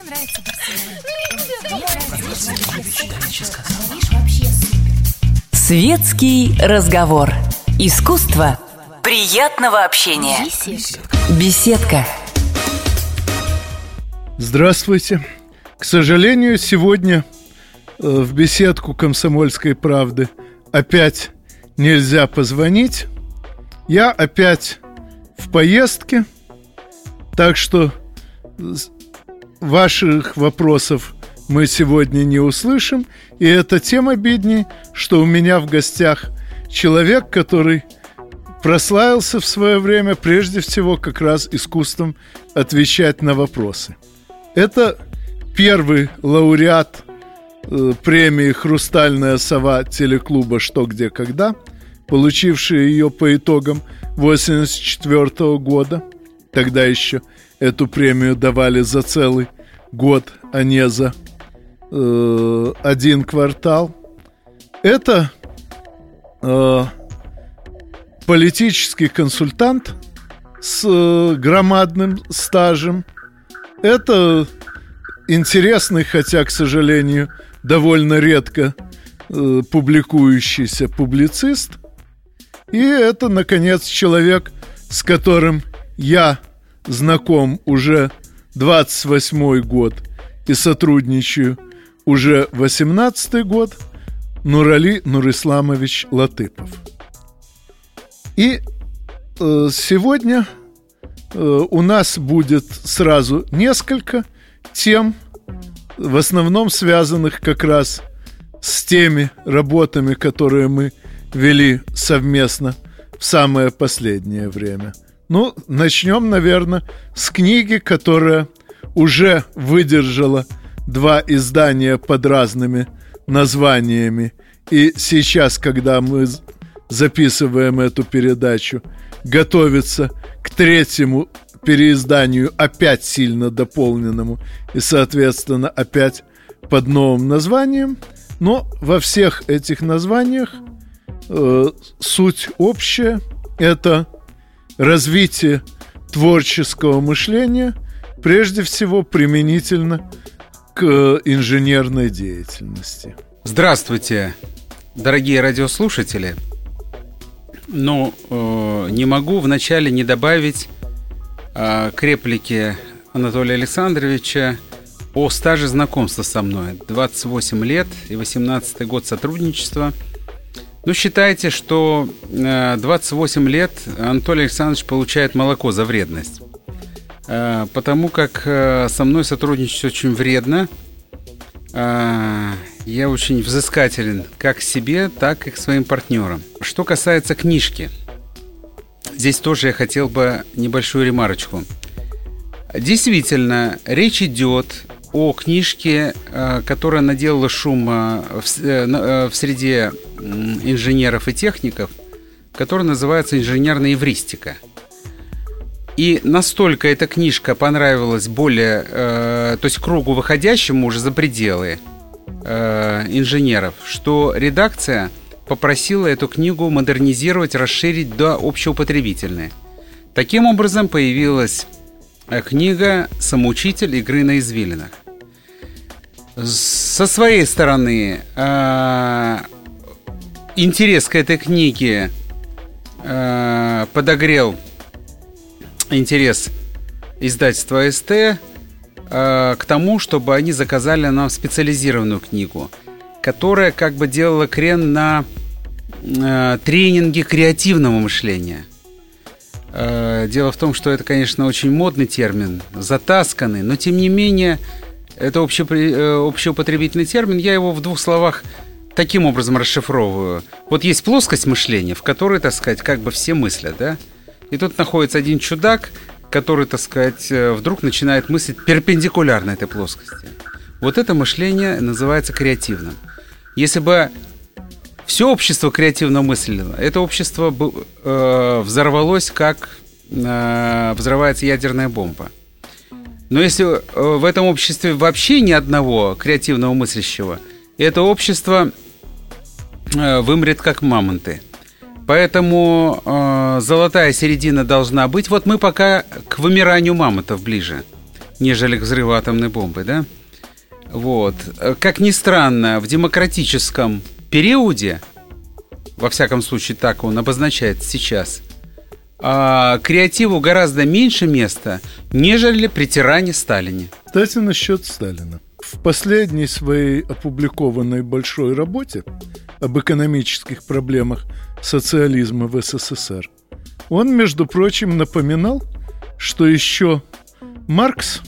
Светский разговор. Искусство приятного общения. Беседка. Здравствуйте. К сожалению, сегодня в беседку «Комсомольской правды» опять нельзя позвонить. Я опять в поездке, так что ваших вопросов мы сегодня не услышим. И это тем обидней, что у меня в гостях человек, который прославился в свое время прежде всего как раз искусством отвечать на вопросы. Это первый лауреат премии «Хрустальная сова» телеклуба «Что, где, когда», получивший ее по итогам 1984 года. Тогда еще эту премию давали за целый год, а не за один квартал. Это политический консультант с громадным стажем. Это интересный, хотя, к сожалению, довольно редко публикующийся публицист. И это, наконец, человек, с которым я знаком уже 28-й год и сотрудничаю уже 18-й год, Нурали Нурисламович Латыпов. И сегодня у нас будет сразу несколько тем, в основном связанных как раз с теми работами, которые мы вели совместно в самое последнее время. Ну, начнем, наверное, с книги, которая уже выдержала 2 издания под разными названиями. И сейчас, когда мы записываем эту передачу, готовится к 3-му переизданию, опять сильно дополненному и, соответственно, опять под новым названием. Но во всех этих названиях суть общая – это развитие творческого мышления, прежде всего применительно к инженерной деятельности. Здравствуйте, дорогие радиослушатели. Но не могу вначале не добавить к реплике Анатолия Александровича о стаже знакомства со мной. 28 лет и 18-й год сотрудничества. Ну, считайте, что 28 лет Анатолий Александрович получает молоко за вредность. Потому как со мной сотрудничать очень вредно. Я очень взыскателен как к себе, так и к своим партнерам. Что касается книжки, здесь тоже я хотел бы небольшую ремарочку. Действительно, речь идет о книжке, которая наделала шума в среде инженеров и техников, которая называется «Инженерная эвристика». И настолько эта книжка понравилась то есть кругу выходящему уже за пределы инженеров, что редакция попросила эту книгу модернизировать, расширить до общеупотребительной. Таким образом появилась книга «Самоучитель игры на извилинах». Со своей стороны интерес к этой книге подогрел интерес издательства АСТ к тому, чтобы они заказали нам специализированную книгу, которая как бы делала крен на тренинги креативного мышления. Дело в том, что это, конечно, очень модный термин, затасканный, но тем не менее это общеупотребительный термин. Я его в 2 словах таким образом расшифровываю. Вот есть плоскость мышления, в которой, так сказать, как бы все мыслят, да? И тут находится один чудак, который, так сказать, вдруг начинает мыслить перпендикулярно этой плоскости. Вот это мышление называется креативным. Если бы все общество креативно мыслило, это общество бы взорвалось, как взрывается ядерная бомба. Но если в этом обществе вообще ни одного креативного мыслящего, это общество вымрет как мамонты. Поэтому золотая середина должна быть. Вот мы пока к вымиранию мамонтов ближе. нежели к взрыву атомной бомбы, да? Вот. Как ни странно, в демократическом периоде, во всяком случае так он обозначается сейчас, креативу гораздо меньше места, нежели при тиране Сталине. Кстати, насчет Сталина. В последней своей опубликованной большой работе об экономических проблемах социализма в СССР он, между прочим, напоминал, что еще Маркс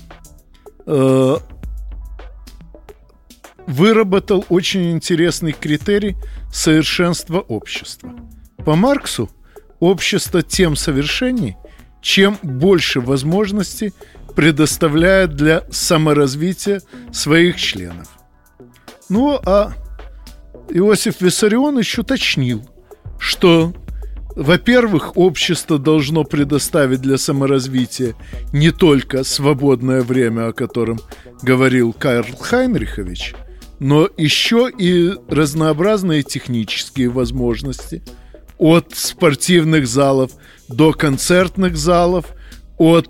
выработал очень интересный критерий совершенства общества. По Марксу общество тем совершенней, чем больше возможностей предоставляет для саморазвития своих членов. Ну, а Иосиф Виссарионович уточнил, что, во-первых, общество должно предоставить для саморазвития не только свободное время, о котором говорил Карл Хайнрихович, но еще и разнообразные технические возможности, от спортивных залов до концертных залов, от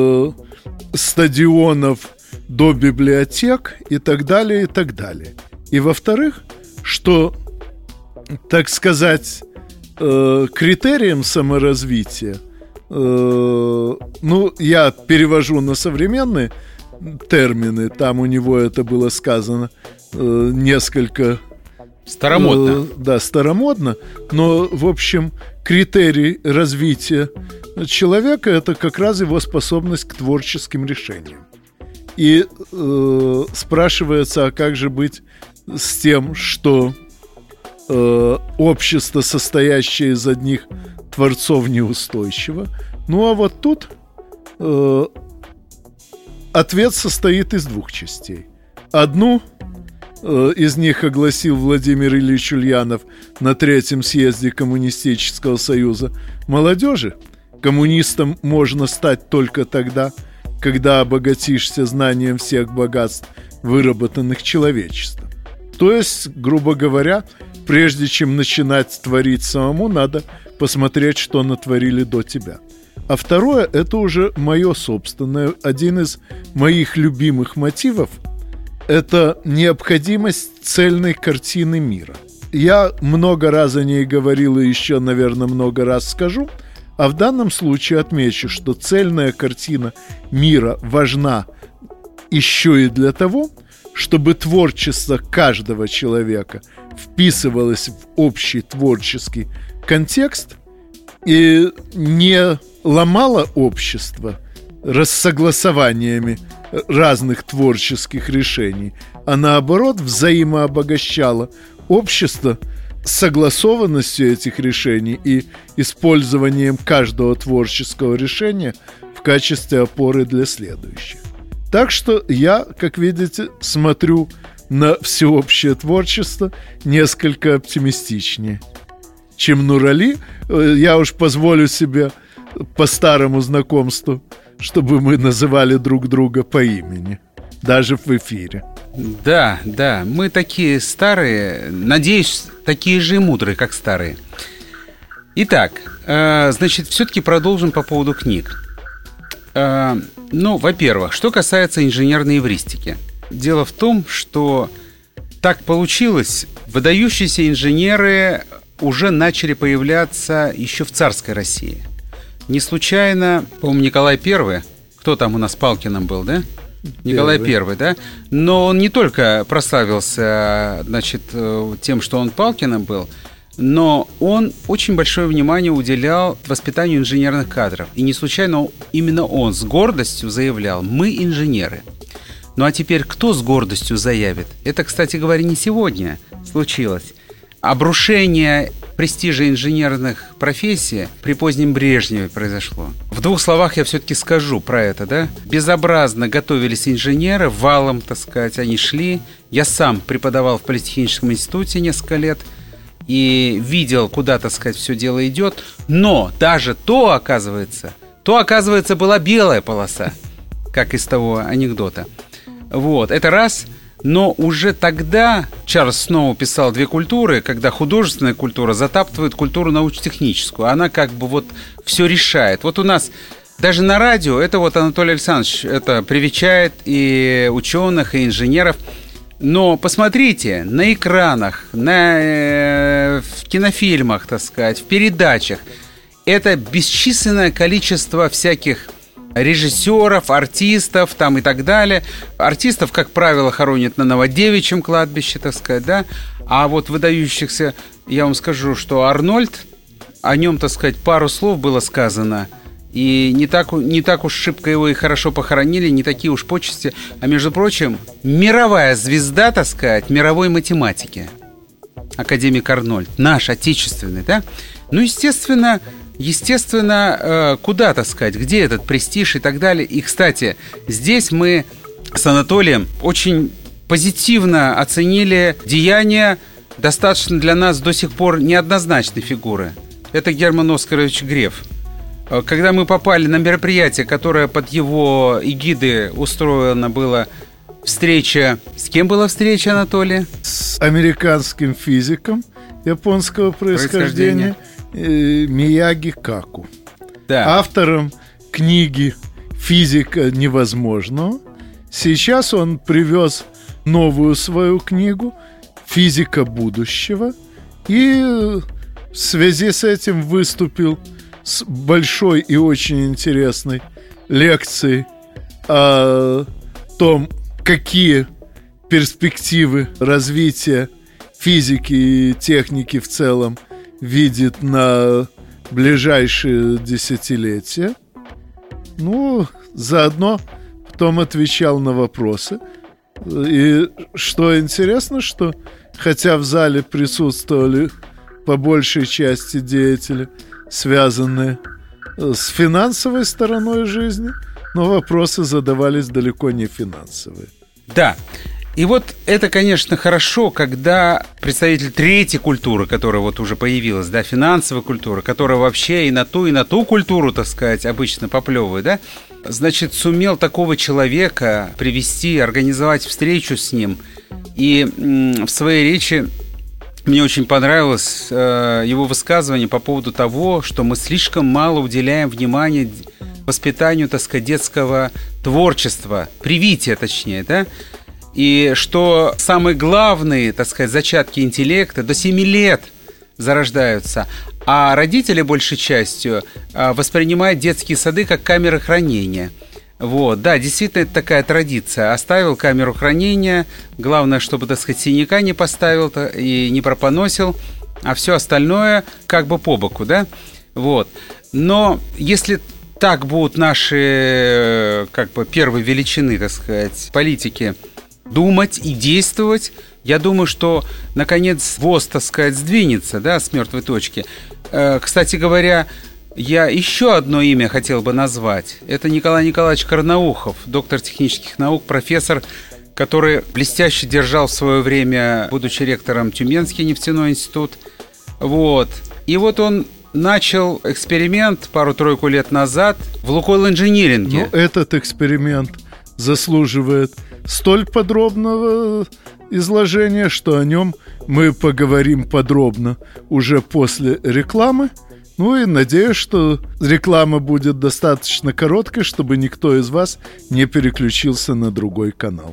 стадионов до библиотек и так далее, и так далее. И во-вторых, что, так сказать, критерием саморазвития, я перевожу на современные термины, там у него это было сказано несколько старомодно. Старомодно, но, в общем, критерий развития человека – это как раз его способность к творческим решениям. И спрашивается, а как же быть с тем, что общество, состоящее из одних творцов, неустойчиво? Ну, а вот тут ответ состоит из двух частей. Одну из них огласил Владимир Ильич Ульянов на 3-м съезде Коммунистического союза молодежи. Коммунистом можно стать только тогда, когда обогатишься знанием всех богатств, выработанных человечеством. То есть, грубо говоря, прежде чем начинать творить самому, надо посмотреть, что натворили до тебя. А второе, это уже мое собственное, один из моих любимых мотивов – это необходимость цельной картины мира. Я много раз о ней говорил и еще, наверное, много раз скажу, а в данном случае отмечу, что цельная картина мира важна еще и для того, чтобы творчество каждого человека вписывалось в общий творческий контекст и не ломало общество рассогласованиями разных творческих решений, а наоборот взаимообогащало общество согласованностью этих решений и использованием каждого творческого решения в качестве опоры для следующих. Так что я, как видите, смотрю на всеобщее творчество несколько оптимистичнее, чем Нурали. Я уж позволю себе по старому знакомству, чтобы мы называли друг друга по имени, даже в эфире. Да, мы такие старые, надеюсь, такие же и мудрые, как старые. Итак, значит, все-таки продолжим по поводу книг. Во-первых, что касается инженерной эвристики. Дело в том, что так получилось, выдающиеся инженеры уже начали появляться еще в царской России. Не случайно, по-моему, Николай I, кто там у нас Палкиным был, да? Николай I, да? Но он не только прославился, значит, тем, что он Палкиным был, но он очень большое внимание уделял воспитанию инженерных кадров. И не случайно именно он с гордостью заявлял: «Мы инженеры». Ну а теперь кто с гордостью заявит? Это, кстати говоря, не сегодня случилось. Обрушение престижа инженерных профессий при позднем Брежневе произошло. В двух словах я все-таки скажу про это, да? Безобразно готовились инженеры, валом, так сказать, они шли. Я сам преподавал в Политехническом институте несколько лет и видел, куда, так сказать, все дело идет. Но даже то, оказывается, была белая полоса, как из того анекдота. Вот, это раз. Но уже тогда Чарльз Сноу писал «Две культуры», когда художественная культура затаптывает культуру научно-техническую. Она как бы вот все решает. Вот у нас даже на радио, это вот Анатолий Александрович это привечает и ученых, и инженеров. Но посмотрите, на экранах, в кинофильмах, так сказать, в передачах, это бесчисленное количество всяких режиссеров, артистов там и так далее. Артистов, как правило, хоронят на Новодевичьем кладбище, так сказать, да. А вот выдающихся, я вам скажу, что Арнольд, о нем, так сказать, пару слов было сказано. И не так уж шибко его и хорошо похоронили, не такие уж почести. А между прочим, мировая звезда, так сказать, мировой математики. Академик Арнольд, наш, отечественный, да? Ну, естественно, куда, так сказать, где этот престиж и так далее. И, кстати, здесь мы с Анатолием очень позитивно оценили деяния достаточно для нас до сих пор неоднозначной фигуры. Это Герман Оскарович Греф. Когда мы попали на мероприятие, которое под его эгиды устроено было, встреча... С кем была встреча, Анатолий? С американским физиком японского происхождения Мияги Каку. Да. Автором книги «Физика невозможного». Сейчас он привез новую свою книгу «Физика будущего». И в связи с этим выступил с большой и очень интересной лекцией о том, какие перспективы развития физики и техники в целом видит на ближайшие десятилетия. Ну, заодно потом отвечал на вопросы. И что интересно, что хотя в зале присутствовали по большей части деятели, связанные с финансовой стороной жизни, но вопросы задавались далеко не финансовые. Да. И вот это, конечно, хорошо, когда представитель третьей культуры, которая вот уже появилась, да, финансовая культура, которая вообще и на ту культуру, так сказать, обычно поплевывает, да, значит, сумел такого человека привести, организовать встречу с ним. И в своей речи мне очень понравилось его высказывание по поводу того, что мы слишком мало уделяем внимания воспитанию, так сказать, детского творчества, привития, точнее, да, и что самые главные, так сказать, зачатки интеллекта до 7 лет зарождаются, а родители, большей частью, воспринимают детские сады как камеры хранения. Вот, да, действительно, это такая традиция. Оставил камеру хранения, главное, чтобы, так сказать, синяка не поставил и не пропоносил, а все остальное как бы по боку, да? Вот. Но если так будут наши, как бы, первые величины, так сказать, политики думать и действовать, я думаю, что, наконец, ВОЗ, так сказать, сдвинется, да, с мертвой точки. Кстати говоря, я еще одно имя хотел бы назвать. Это Николай Николаевич Карнаухов, доктор технических наук, профессор, который блестяще держал в свое время, будучи ректором, Тюменский нефтяной институт. Вот. И вот он начал эксперимент пару-тройку лет назад в Лукойл Инжиниринге. Ну, этот эксперимент заслуживает столь подробного изложения, что о нем мы поговорим подробно уже после рекламы. Ну и надеюсь, что реклама будет достаточно короткой, чтобы никто из вас не переключился на другой канал.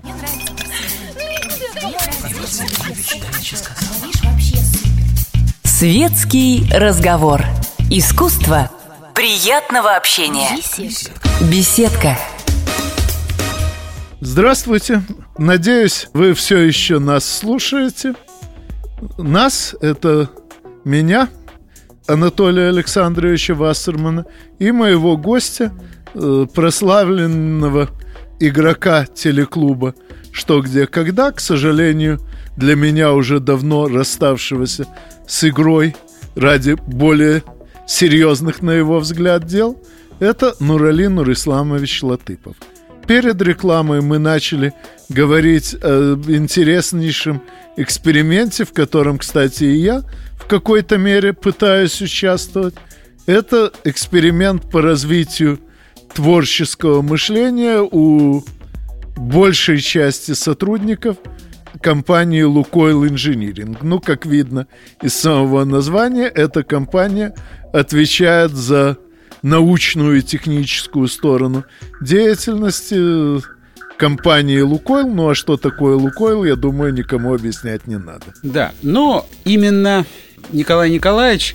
Светский разговор. Искусство приятного общения. Беседка. Здравствуйте. Надеюсь, вы все еще нас слушаете. Нас — это меня, Анатолия Александровича Вассермана, и моего гостя, прославленного игрока телеклуба «Что, где, когда», к сожалению, для меня уже давно расставшегося с игрой ради более серьезных, на его взгляд, дел, это Нурали Нурисламович Латыпов. Перед рекламой мы начали говорить о интереснейшем эксперименте, в котором, кстати, и я в какой-то мере пытаюсь участвовать. Это эксперимент по развитию творческого мышления у большей части сотрудников компании «Лукойл Инжиниринг». Ну, как видно из самого названия, эта компания отвечает за научную и техническую сторону деятельности компании «Лукойл». Ну, а что такое «Лукойл», я думаю, никому объяснять не надо. Да, но именно Николай Николаевич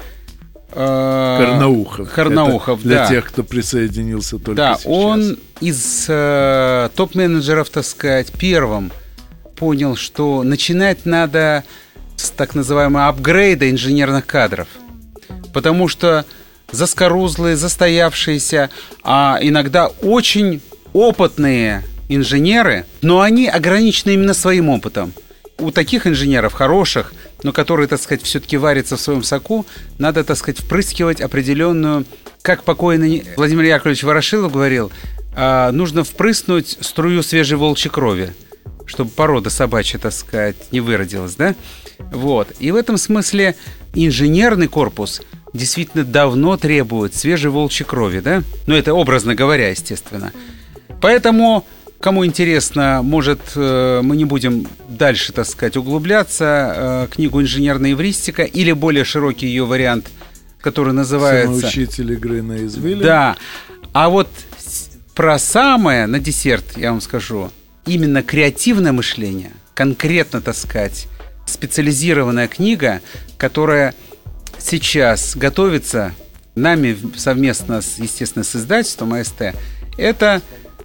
Карнаухов. Это для тех, кто присоединился только сейчас. Да, он из топ-менеджеров, так сказать, первым понял, что начинать надо с так называемого апгрейда инженерных кадров. Потому что заскорузлые, застоявшиеся, а иногда очень опытные инженеры, но они ограничены именно своим опытом. У таких инженеров хороших, но которые, так сказать, все-таки варятся в своем соку, надо, так сказать, впрыскивать определенную, как покойный Владимир Яковлевич Ворошилов говорил, нужно впрыснуть струю свежей волчьей крови, чтобы порода собачья, так сказать, не выродилась, да? Вот. И в этом смысле инженерный корпус действительно давно требует свежей волчьей крови, да? Ну, это образно говоря, естественно. Поэтому, кому интересно, может, мы не будем дальше, так сказать, углубляться, книгу «Инженерная эвристика» или более широкий ее вариант, который называется... «Самоучитель игры на извилин». Да. А вот про самое, на десерт, я вам скажу, именно креативное мышление, конкретно, так сказать, специализированная книга, которая сейчас готовится нами совместно, естественно, с издательством АСТ. Это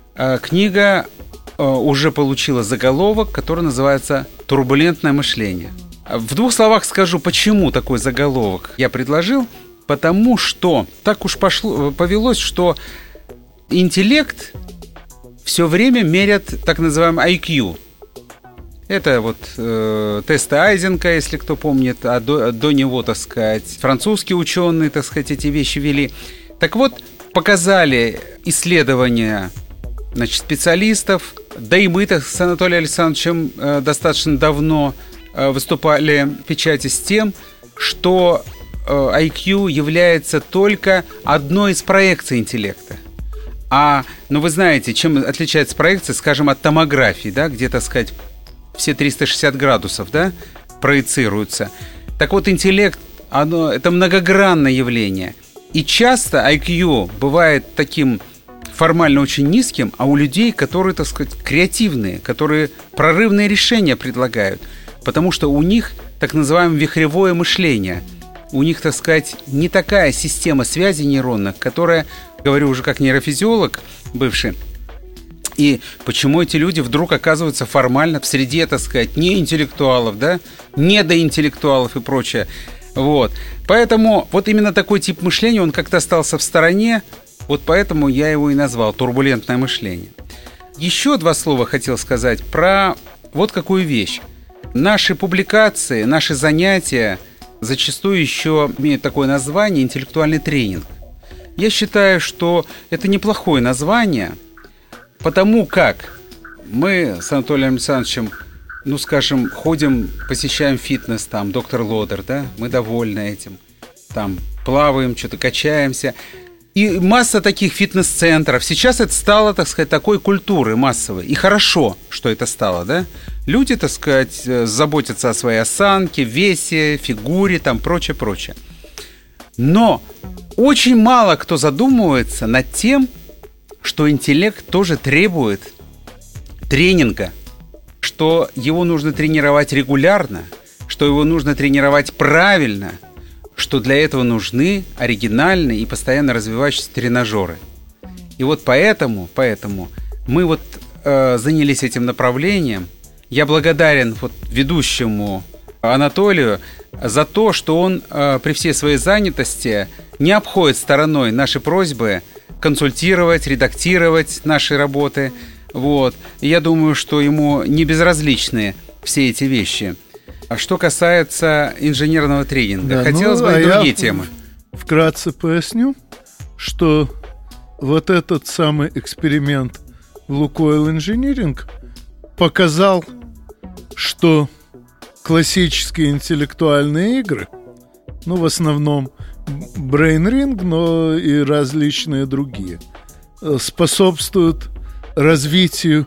книга уже получила заголовок, который называется «Турбулентное мышление». В двух словах скажу, почему такой заголовок я предложил. Потому что так уж повелось, что интеллект все время мерят так называемый IQ. Это вот тесты Айзенка, если кто помнит, а до него, так сказать, французские ученые, так сказать, эти вещи вели. Так вот, показали исследования, значит, специалистов, да и мы-то с Анатолием Александровичем достаточно давно выступали в печати с тем, что IQ является только одной из проекций интеллекта. Ну вы знаете, чем отличается проекция, скажем, от томографии, да, где, так сказать, все 360 градусов, да, проецируются. Так вот, интеллект, это многогранное явление. И часто IQ бывает таким формально очень низким, а у людей, которые, так сказать, креативные, которые прорывные решения предлагают, потому что у них так называемое вихревое мышление. У них, так сказать, не такая система связей нейронных, которая, говорю уже как нейрофизиолог бывший, и почему эти люди вдруг оказываются формально в среде, так сказать, не интеллектуалов, да, недоинтеллектуалов и прочее. Вот. Поэтому вот именно такой тип мышления, он как-то остался в стороне, вот поэтому я его и назвал «Турбулентное мышление». Еще два слова хотел сказать про вот какую вещь. Наши публикации, наши занятия зачастую еще имеют такое название «интеллектуальный тренинг». Я считаю, что это неплохое название, потому как мы с Анатолием Александровичем, ну, скажем, ходим, посещаем фитнес, там, доктор Лодер, да, мы довольны этим, там, плаваем, что-то качаемся. И масса таких фитнес-центров. Сейчас это стало, так сказать, такой культурой массовой. И хорошо, что это стало, да? Люди, так сказать, заботятся о своей осанке, весе, фигуре, там, прочее. Но очень мало кто задумывается над тем, что интеллект тоже требует тренинга, что его нужно тренировать регулярно, что его нужно тренировать правильно, что для этого нужны оригинальные и постоянно развивающиеся тренажеры. И вот поэтому мы вот занялись этим направлением. Я благодарен вот ведущему Анатолию за то, что он при всей своей занятости не обходит стороной наши просьбы консультировать, редактировать наши работы. Вот. И я думаю, что ему не безразличны все эти вещи. А что касается инженерного тренинга, да, хотелось бы и другие темы. Вкратце поясню, что вот этот самый эксперимент в Лукойл Инжиниринг показал, что классические интеллектуальные игры, ну, в основном Brain Ring, но и различные другие, способствуют развитию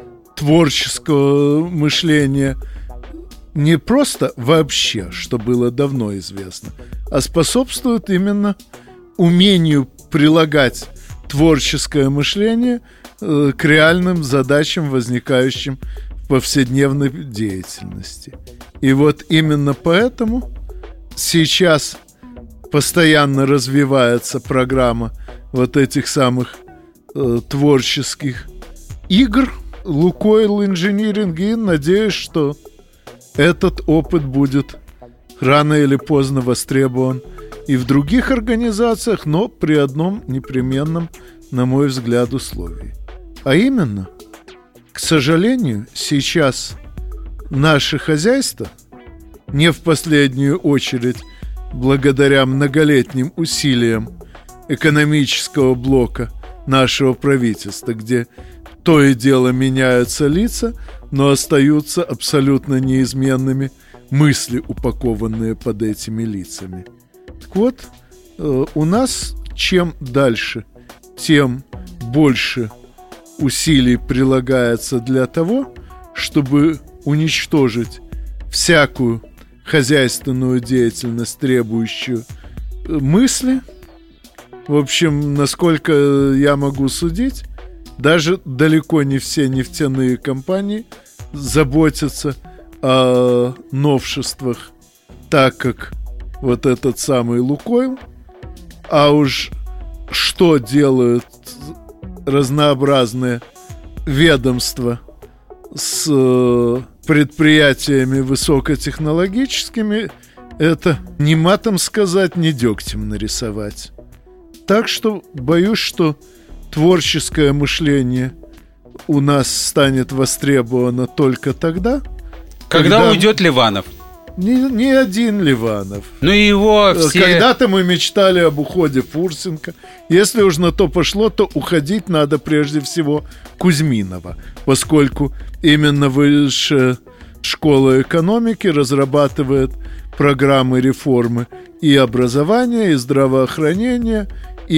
творческого мышления не просто вообще, что было давно известно, а способствуют именно умению прилагать творческое мышление к реальным задачам, возникающим в повседневной деятельности. И вот именно поэтому сейчас постоянно развивается программа вот этих самых творческих игр Лукойл Инжиниринг, и надеюсь, что этот опыт будет рано или поздно востребован и в других организациях, но при одном непременном, на мой взгляд, условии. А именно, к сожалению, сейчас наше хозяйство, не в последнюю очередь благодаря многолетним усилиям экономического блока нашего правительства, где то и дело меняются лица, но остаются абсолютно неизменными мысли, упакованные под этими лицами. Так вот, у нас чем дальше, тем больше усилий прилагается для того, чтобы уничтожить всякую хозяйственную деятельность, требующую мысли. В общем, насколько я могу судить, даже далеко не все нефтяные компании заботятся о новшествах, так как вот этот самый Лукойл. А уж что делают разнообразные ведомства с предприятиями высокотехнологическими, это ни матом сказать, ни дегтем нарисовать. Так что боюсь, что творческое мышление у нас станет востребовано только тогда, когда уйдет Ливанов. Не один Ливанов. Ну и его все... Когда-то мы мечтали об уходе Фурсенко. Если уж на то пошло, то уходить надо прежде всего Кузьминова, поскольку именно Высшая школа экономики разрабатывает программы реформы и образования, и здравоохранения, и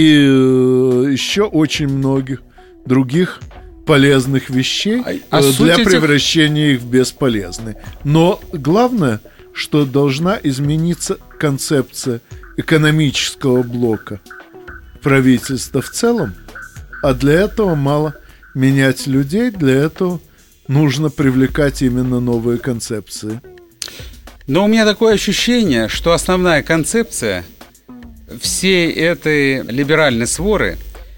еще очень многих других полезных вещей для превращения их в бесполезные. Но главное, что должна измениться концепция экономического блока правительства в целом, а для этого мало менять людей, для этого нужно привлекать именно новые концепции. Но у меня такое ощущение, что основная концепция всей этой либеральной своры,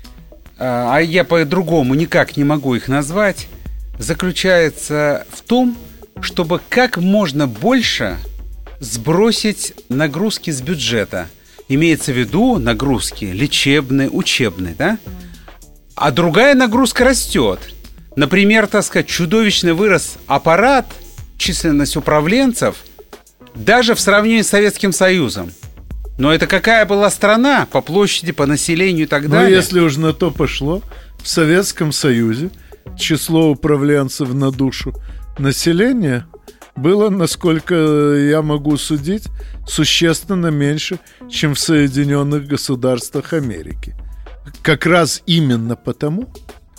а я по-другому никак не могу их назвать, заключается в том, чтобы как можно больше сбросить нагрузки с бюджета. Имеется в виду нагрузки лечебные, учебные, да? А другая нагрузка растет. Например, так сказать, чудовищно вырос аппарат, численность управленцев, даже в сравнении с Советским Союзом. Но это какая была страна по площади, по населению и так далее? Но если уж на то пошло, в Советском Союзе число управленцев на душу населения было, насколько я могу судить, существенно меньше, чем в Соединенных Государствах Америки. Как раз именно потому,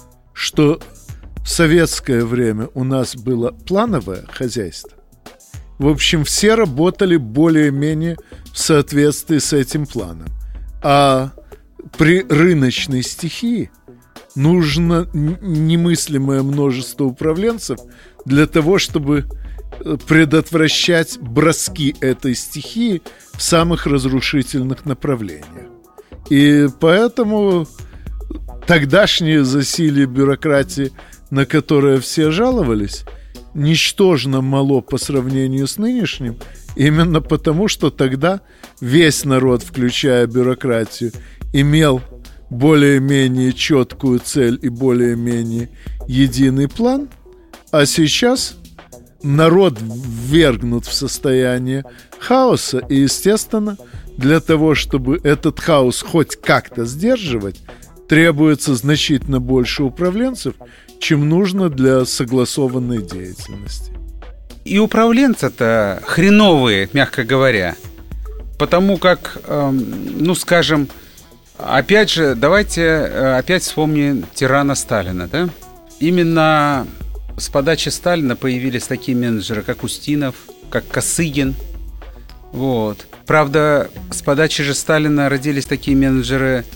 что в советское время у нас было плановое хозяйство. В общем, все работали более-менее в соответствии с этим планом. А при рыночной стихии нужно немыслимое множество управленцев для того, чтобы предотвращать броски этой стихии в самых разрушительных направлениях. И поэтому тогдашнее засилие бюрократии, на которое все жаловались, ничтожно мало по сравнению с нынешним, именно потому, что тогда весь народ, включая бюрократию, имел более-менее четкую цель и более-менее единый план, а сейчас народ ввергнут в состояние хаоса, и, естественно, для того, чтобы этот хаос хоть как-то сдерживать, требуется значительно больше управленцев, чем нужно для согласованной деятельности. И управленцы-то хреновые, мягко говоря. Потому как, скажем, опять же, давайте опять вспомним тирана Сталина, да? Именно с подачи Сталина появились такие менеджеры, как Устинов, как Косыгин. Вот. Правда, с подачи же Сталина родились такие менеджеры,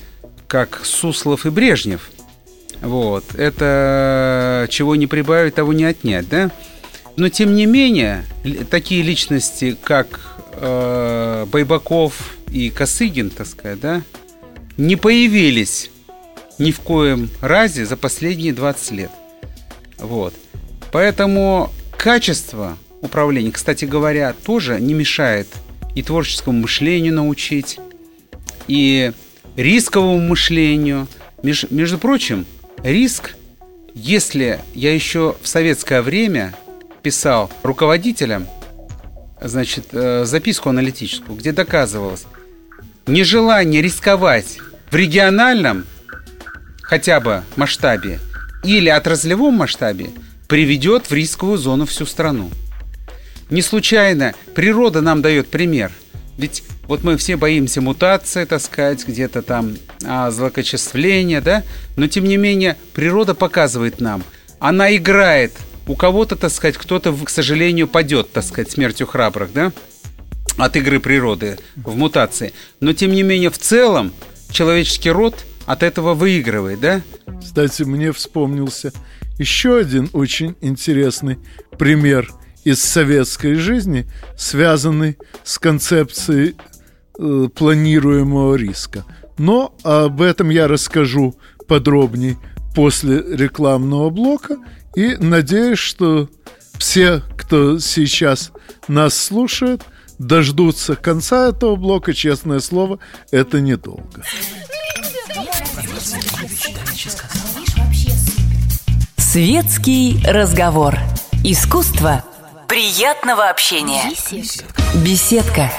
как Суслов и Брежнев. Вот. Это чего не прибавить, того не отнять, да? Но, тем не менее, такие личности, как Байбаков и Косыгин, так сказать, да, не появились ни в коем разе за последние 20 лет. Вот. Поэтому качество управления, кстати говоря, тоже не мешает и творческому мышлению научить, и рисковому мышлению. Между прочим, риск, если я еще в советское время писал руководителям, значит, записку аналитическую, где доказывалось, нежелание рисковать в региональном хотя бы масштабе или отраслевом масштабе приведет в рисковую зону всю страну. Не случайно природа нам дает пример. Ведь вот мы все боимся мутации, так сказать, где-то там злокачествления, да? Но тем не менее природа показывает нам, она играет. У кого-то, так сказать, кто-то, к сожалению, падет, так сказать, смертью храбрых, да? От игры природы в мутации. Но тем не менее в целом человеческий род от этого выигрывает, да? Кстати, мне вспомнился еще один очень интересный пример из советской жизни, связанный с концепцией планируемого риска. Но об этом я расскажу подробнее после рекламного блока. И надеюсь, что все, кто сейчас нас слушает, дождутся конца этого блока. Честное слово, это недолго. Светский разговор. Искусство приятного общения. Беседка.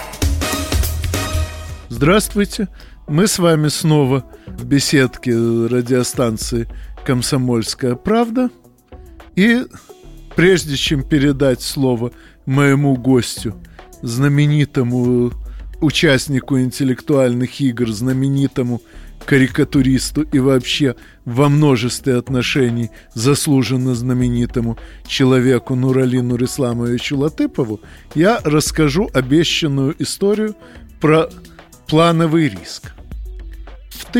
Здравствуйте. Мы с вами снова в беседке радиостанции «Комсомольская правда». И прежде чем передать слово моему гостю, знаменитому участнику интеллектуальных игр, знаменитому карикатуристу и вообще во множестве отношений заслуженно знаменитому человеку Нурали Нурисламовичу Латыпову, я расскажу обещанную историю про плановый риск. В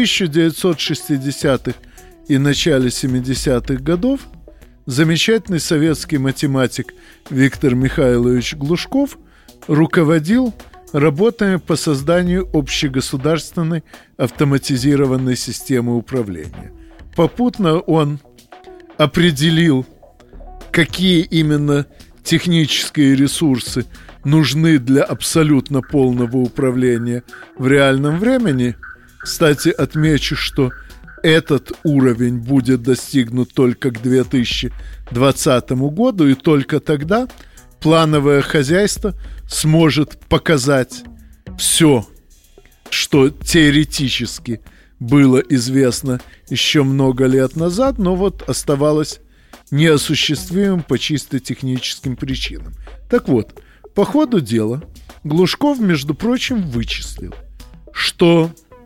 1960-х и начале 70-х годов замечательный советский математик Виктор Михайлович Глушков руководил работами по созданию общегосударственной автоматизированной системы управления. Попутно он определил, какие именно технические ресурсы нужны для абсолютно полного управления в реальном времени. Кстати, отмечу, что этот уровень будет достигнут только к 2020 году, и только тогда плановое хозяйство сможет показать все, что теоретически было известно еще много лет назад, но вот оставалось неосуществимым по чисто техническим причинам. Так вот, по ходу дела Глушков, между прочим, вычислил, что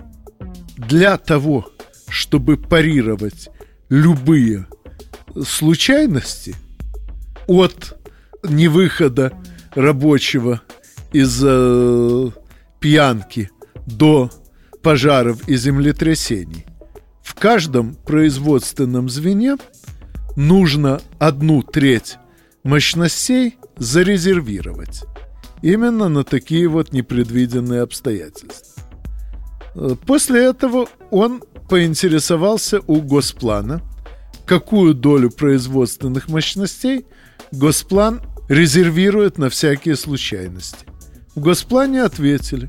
для того, чтобы парировать любые случайности от невыхода рабочего из пьянки до пожаров и землетрясений, в каждом производственном звене нужно 1/3 мощностей зарезервировать именно на такие вот непредвиденные обстоятельства. После этого он поинтересовался у Госплана, какую долю производственных мощностей Госплан резервирует на всякие случайности. В Госплане ответили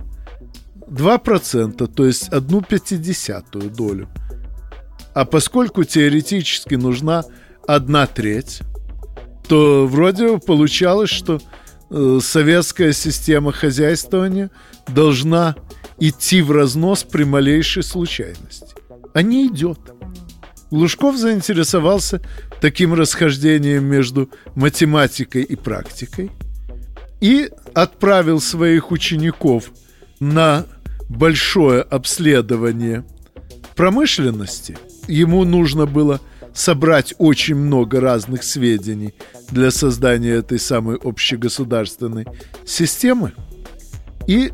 2%, то есть 1/50 долю. А поскольку теоретически нужна 1/3, то вроде получалось, что советская система хозяйствования должна идти в разнос при малейшей случайности. А не идет. Глушков заинтересовался таким расхождением между математикой и практикой и отправил своих учеников на большое обследование промышленности. Ему нужно было собрать очень много разных сведений для создания этой самой общегосударственной системы. И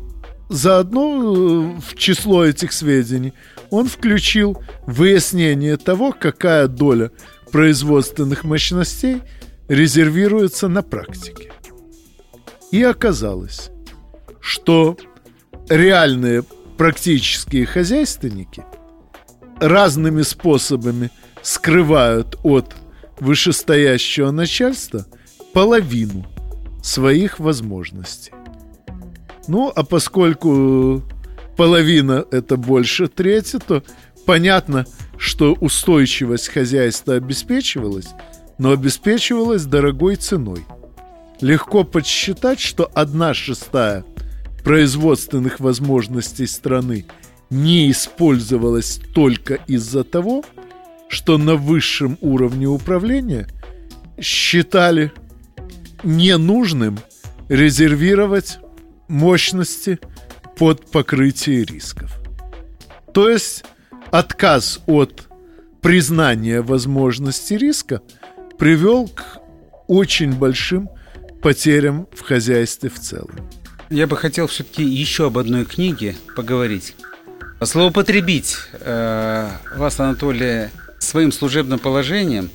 заодно в число этих сведений он включил выяснение того, какая доля производственных мощностей резервируется на практике. И оказалось, что реальные практические хозяйственники разными способами скрывают от вышестоящего начальства половину своих возможностей. Ну, а поскольку половина – это больше трети, то понятно, что устойчивость хозяйства обеспечивалась, но обеспечивалась дорогой ценой. Легко подсчитать, что 1/6 производственных возможностей страны не использовалась только из-за того, что на высшем уровне управления считали ненужным резервировать мощности под покрытие рисков. То есть отказ от признания возможности риска привел к очень большим потерям в хозяйстве в целом. Я бы хотел все-таки еще об одной книге поговорить. Злоупотребить вас, Анатолий, своим служебным положением.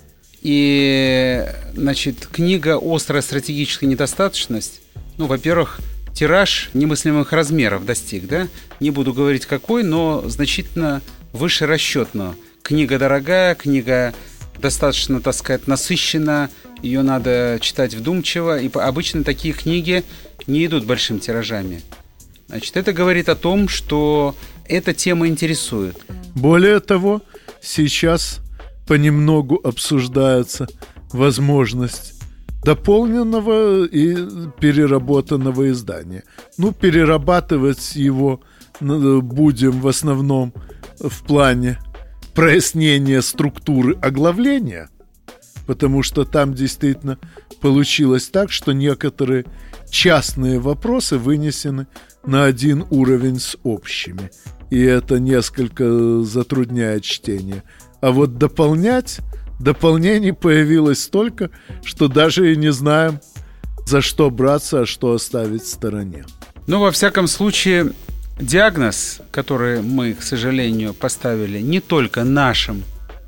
И, значит, книга «Острая стратегическая недостаточность». Ну, во-первых, тираж немыслимых размеров достиг, да? Не буду говорить какой, но значительно выше расчетного. Книга дорогая, книга достаточно, так сказать, насыщена, ее надо читать вдумчиво, и обычно такие книги не идут большими тиражами. Значит, это говорит о том, что эта тема интересует. Более того, сейчас понемногу обсуждается возможность дополненного и переработанного издания. Ну, перерабатывать его будем в основном в плане прояснения структуры оглавления, потому что там действительно получилось так, что некоторые частные вопросы вынесены на один уровень с общими, и это несколько затрудняет чтение. А вот дополнений появилось столько, что даже и не знаем, за что браться, а что оставить в стороне. Ну, во всяком случае, диагноз, который мы, к сожалению, поставили не только нашим,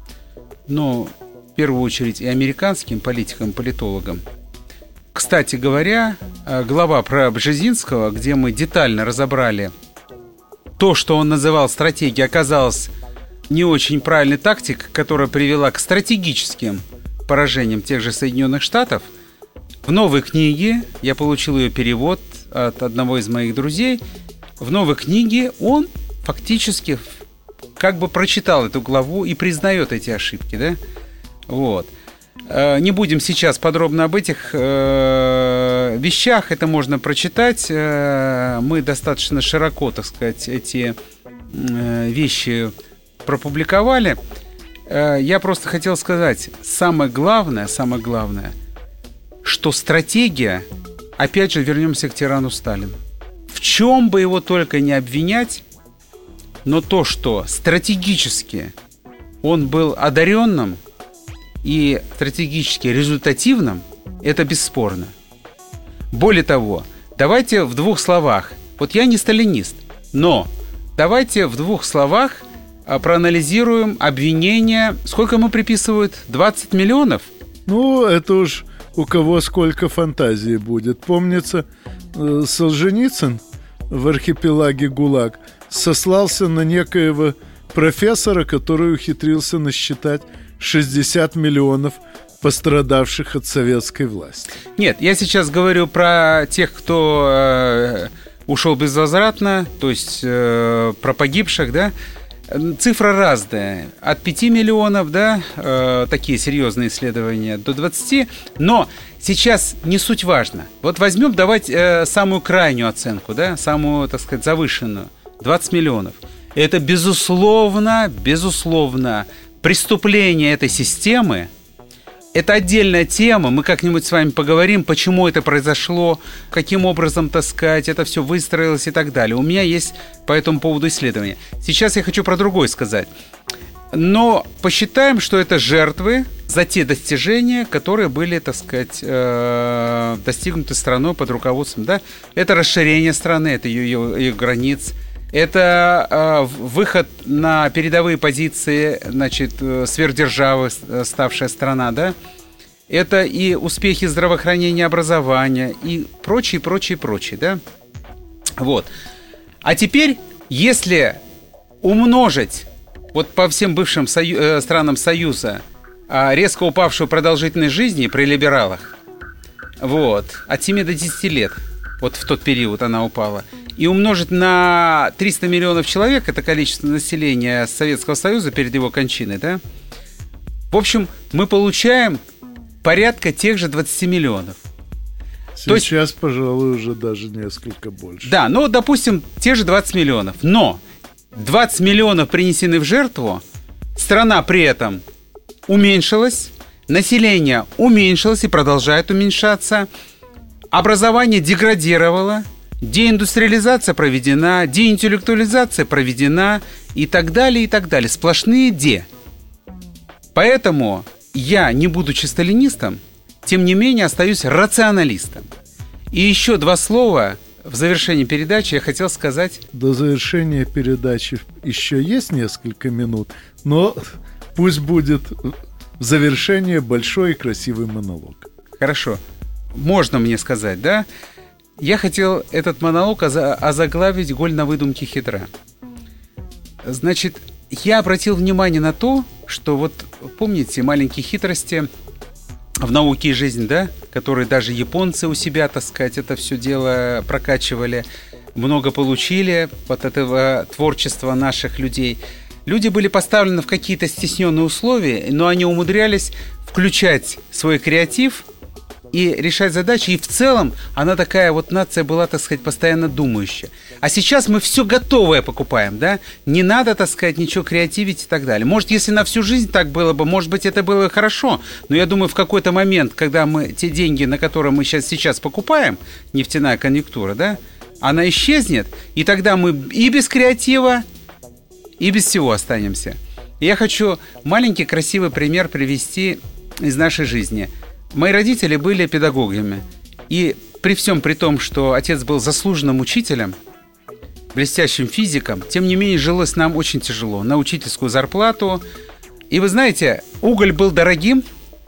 но в первую очередь и американским политикам, политологам. Кстати говоря, глава про Бжезинского, где мы детально разобрали то, что он называл стратегией, оказалась не очень правильной тактикой, которая привела к стратегическим поражениям тех же Соединенных Штатов. В новой книге, я получил ее перевод от одного из моих друзей, в новой книге он фактически как бы прочитал эту главу и признает эти ошибки, да? Вот. Не будем сейчас подробно об этих вещах, это можно прочитать. Мы достаточно широко, так сказать, эти вещи пропубликовали. Я просто хотел сказать, самое главное, что стратегия, опять же, вернемся к тирану Сталину. В чем бы его только не обвинять, но то, что стратегически он был одаренным и стратегически результативным, это бесспорно. Более того, давайте в двух словах, вот я не сталинист, но давайте в двух словах проанализируем обвинения. Сколько ему приписывают? 20 миллионов? Ну, это уж у кого сколько фантазии будет. Помнится, Солженицын в «Архипелаге ГУЛАГ» сослался на некоего профессора, который ухитрился насчитать 60 миллионов пострадавших от советской власти. Нет, я сейчас говорю про тех, кто ушел безвозвратно, то есть про погибших, да. Цифра разная. От 5 миллионов, да, такие серьезные исследования, до 20. Но сейчас не суть важно. Вот возьмем, давайте самую крайнюю оценку, да, самую, так сказать, завышенную. 20 миллионов. Это, безусловно, преступление этой системы. Это отдельная тема, мы как-нибудь с вами поговорим, почему это произошло, каким образом, так сказать, это все выстроилось и так далее. У меня есть по этому поводу исследования. Сейчас я хочу про другое сказать. Но посчитаем, что это жертвы за те достижения, которые были, так сказать, достигнуты страной под руководством, да, это расширение страны, это ее границ, это выход на передовые позиции, значит, сверхдержавы, ставшая страна, да, это и успехи здравоохранения, образования и прочее, да, вот. А теперь, если умножить вот по всем бывшим странам Союза резко упавшую продолжительность жизни при либералах, вот, от 7 до 10 лет, вот в тот период она упала, и умножить на 300 миллионов человек, это количество населения Советского Союза перед его кончиной, да, в общем, мы получаем порядка тех же 20 миллионов. Сейчас, пожалуй, уже даже несколько больше. Да, ну, допустим, те же 20 миллионов. Но 20 миллионов принесены в жертву, страна при этом уменьшилась, население уменьшилось и продолжает уменьшаться, образование деградировало, деиндустриализация проведена, деинтеллектуализация проведена и так далее, и так далее. Сплошные «де». Поэтому я, не будучи сталинистом, тем не менее остаюсь рационалистом. И еще 2 слова в завершении передачи я хотел сказать. До завершения передачи еще есть несколько минут, но пусть будет в завершение большой и красивый монолог. Хорошо. Можно мне сказать, да? Я хотел этот монолог озаглавить «Голь на выдумке хитра». Значит, я обратил внимание на то, что вот помните маленькие хитрости в науке и жизни, да, которые даже японцы у себя, так сказать, это все дело прокачивали, много получили от этого творчества наших людей. Люди были поставлены в какие-то стесненные условия, но они умудрялись включать свой креатив и решать задачи, и в целом она такая вот нация была, так сказать, постоянно думающая. А сейчас мы все готовое покупаем, да, не надо, так сказать, ничего креативить и так далее. Может, если на всю жизнь так было бы, может быть, это было хорошо, но я думаю, в какой-то момент, когда мы те деньги, на которые мы сейчас покупаем, нефтяная конъюнктура, да, она исчезнет, и тогда мы и без креатива, и без всего останемся. И я хочу маленький красивый пример привести из нашей жизни. Мои родители были педагогами, и при всем при том, что отец был заслуженным учителем, блестящим физиком, тем не менее жилось нам очень тяжело, на учительскую зарплату. И вы знаете, уголь был дорогим,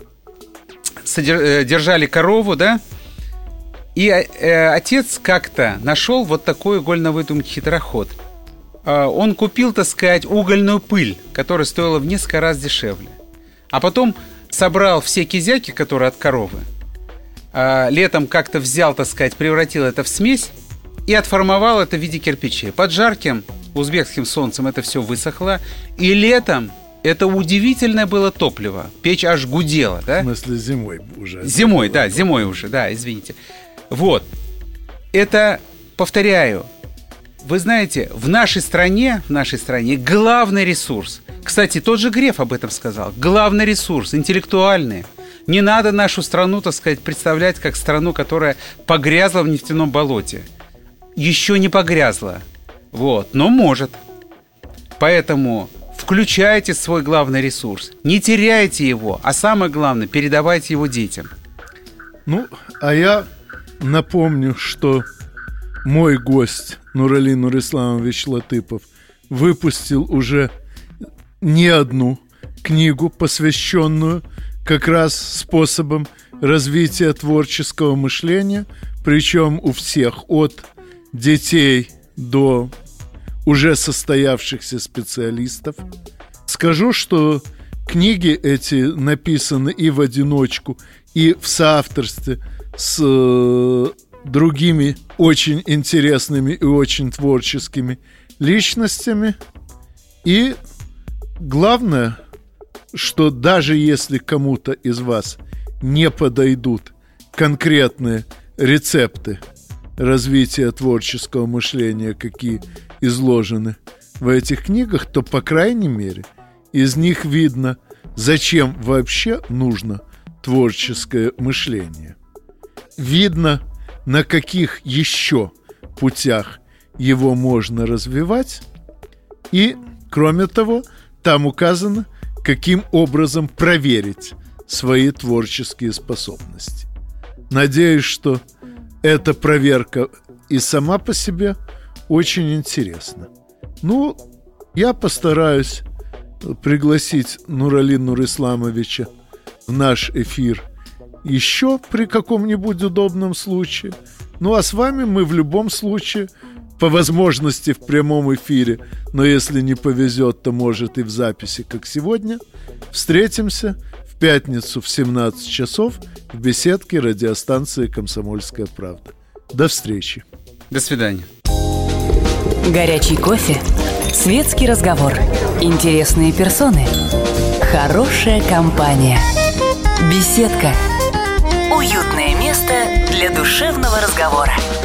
держали корову, да, и отец как-то нашел вот такой голь на выдумке хитроход. Он купил, так сказать, угольную пыль, которая стоила в несколько раз дешевле. А потом собрал все кизяки, которые от коровы, летом как-то взял, так сказать, превратил это в смесь и отформовал это в виде кирпичей. Под жарким узбекским солнцем это все высохло, и летом это удивительное было топливо. Печь аж гудела, да? В смысле, зимой уже. Зимой, да, зимой уже, да, извините. Вот. Это, повторяю, вы знаете, в нашей стране главный ресурс. Кстати, тот же Греф об этом сказал. Главный ресурс, интеллектуальный. Не надо нашу страну, так сказать, представлять как страну, которая погрязла в нефтяном болоте. Еще не погрязла. Вот, но может. Поэтому включайте свой главный ресурс. Не теряйте его, а самое главное, передавайте его детям. Ну, а я напомню, что мой гость Нурали Нурисламович Латыпов выпустил уже не одну книгу, посвященную как раз способам развития творческого мышления, причем у всех, от детей до уже состоявшихся специалистов. Скажу, что книги эти написаны и в одиночку, и в соавторстве с другими очень интересными и очень творческими личностями. И главное, что даже если кому-то из вас не подойдут конкретные рецепты развития творческого мышления, какие изложены в этих книгах, то, по крайней мере, из них видно, зачем вообще нужно творческое мышление. Видно, на каких еще путях его можно развивать. И, кроме того, там указано, каким образом проверить свои творческие способности. Надеюсь, что эта проверка и сама по себе очень интересна. Ну, я постараюсь пригласить Нуралин Нурисламовича в наш эфир еще при каком-нибудь удобном случае. Ну, а с вами мы в любом случае, по возможности в прямом эфире, но если не повезет, то может и в записи, как сегодня, встретимся в пятницу в 17 часов в беседке радиостанции «Комсомольская правда». До встречи. До свидания. Горячий кофе, светский разговор, интересные персоны, хорошая компания. Беседка. Уютное место для душевного разговора.